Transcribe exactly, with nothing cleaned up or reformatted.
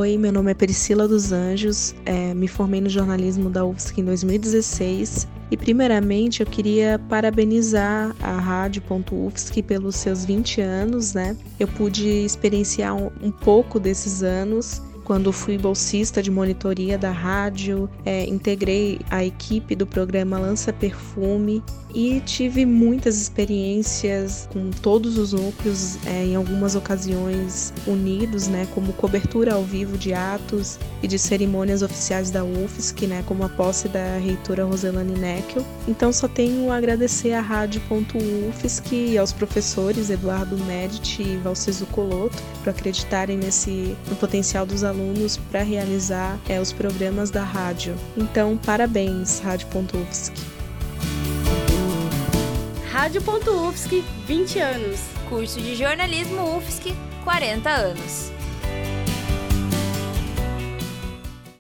Oi, meu nome é Priscila dos Anjos, é, me formei no jornalismo da U F S C em dois mil e dezesseis e primeiramente eu queria parabenizar a Rádio U F S C pelos seus vinte anos, né? Eu pude experienciar um, um pouco desses anos quando fui bolsista de monitoria da rádio, é, integrei a equipe do programa Lança Perfume e tive muitas experiências com todos os núcleos, é, em algumas ocasiões unidos, né, como cobertura ao vivo de atos e de cerimônias oficiais da U F S C, né, como a posse da reitora Roselane Neckel. Então só tenho a agradecer à Rádio U F S C e aos professores Eduardo Medici e Valciso Coloto por acreditarem nesse, no potencial dos alunos para realizar é, os programas da rádio. Então, parabéns, Rádio U F S C. Rádio U F S C, vinte anos. Curso de Jornalismo U F S C, quarenta anos.